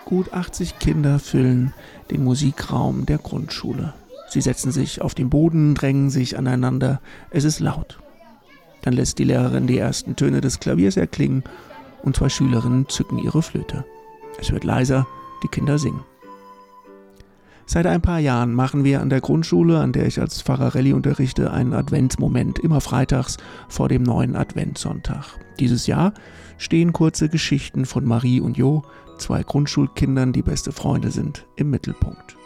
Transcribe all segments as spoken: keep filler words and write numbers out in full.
Gut achtzig Kinder füllen den Musikraum der Grundschule. Sie setzen sich auf den Boden, drängen sich aneinander. Es ist laut. Dann lässt die Lehrerin die ersten Töne des Klaviers erklingen und zwei Schülerinnen zücken ihre Flöte. Es wird leiser, die Kinder singen. Seit ein paar Jahren machen wir an der Grundschule, an der ich als Pfarrer Relli unterrichte, einen Adventsmoment, immer freitags vor dem neuen Adventssonntag. Dieses Jahr stehen kurze Geschichten von Marie und Jo, zwei Grundschulkindern, die beste Freunde sind, im Mittelpunkt.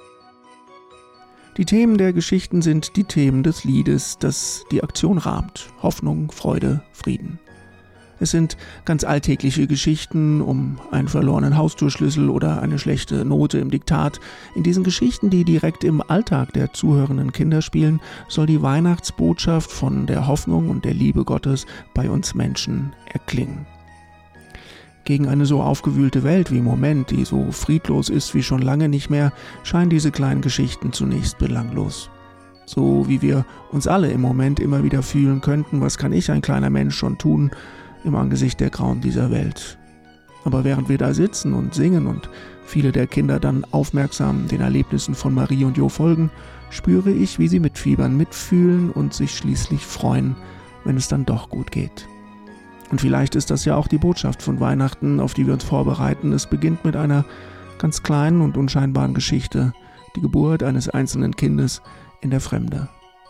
Die Themen der Geschichten sind die Themen des Liedes, das die Aktion rahmt: Hoffnung, Freude, Frieden. Es sind ganz alltägliche Geschichten um einen verlorenen Haustürschlüssel oder eine schlechte Note im Diktat. In diesen Geschichten, die direkt im Alltag der zuhörenden Kinder spielen, soll die Weihnachtsbotschaft von der Hoffnung und der Liebe Gottes bei uns Menschen erklingen. Gegen eine so aufgewühlte Welt wie im Moment, die so friedlos ist wie schon lange nicht mehr, scheinen diese kleinen Geschichten zunächst belanglos. So wie wir uns alle im Moment immer wieder fühlen könnten: Was kann ich, ein kleiner Mensch, schon tun im Angesicht der Grauen dieser Welt? Aber während wir da sitzen und singen und viele der Kinder dann aufmerksam den Erlebnissen von Marie und Jo folgen, spüre ich, wie sie mitfiebern, mitfühlen und sich schließlich freuen, wenn es dann doch gut geht. Und vielleicht ist das ja auch die Botschaft von Weihnachten, auf die wir uns vorbereiten. Es beginnt mit einer ganz kleinen und unscheinbaren Geschichte: die Geburt eines einzelnen Kindes in der Fremde.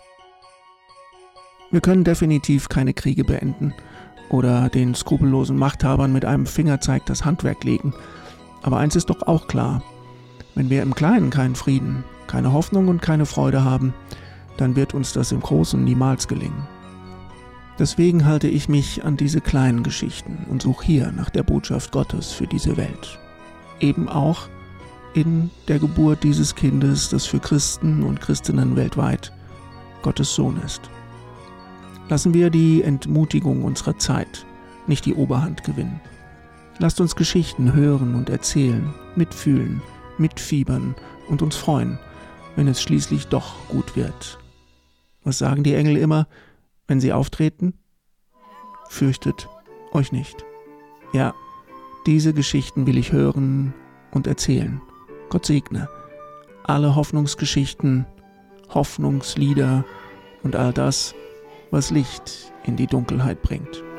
Wir können definitiv keine Kriege beenden oder den skrupellosen Machthabern mit einem Fingerzeig das Handwerk legen. Aber eins ist doch auch klar: Wenn wir im Kleinen keinen Frieden, keine Hoffnung und keine Freude haben, dann wird uns das im Großen niemals gelingen. Deswegen halte ich mich an diese kleinen Geschichten und suche hier nach der Botschaft Gottes für diese Welt. Eben auch in der Geburt dieses Kindes, das für Christen und Christinnen weltweit Gottes Sohn ist. Lassen wir die Entmutigung unserer Zeit nicht die Oberhand gewinnen. Lasst uns Geschichten hören und erzählen, mitfühlen, mitfiebern und uns freuen, wenn es schließlich doch gut wird. Was sagen die Engel immer, wenn sie auftreten? Fürchtet euch nicht. Ja, diese Geschichten will ich hören und erzählen. Gott segne alle Hoffnungsgeschichten, Hoffnungslieder und all das, was Licht in die Dunkelheit bringt.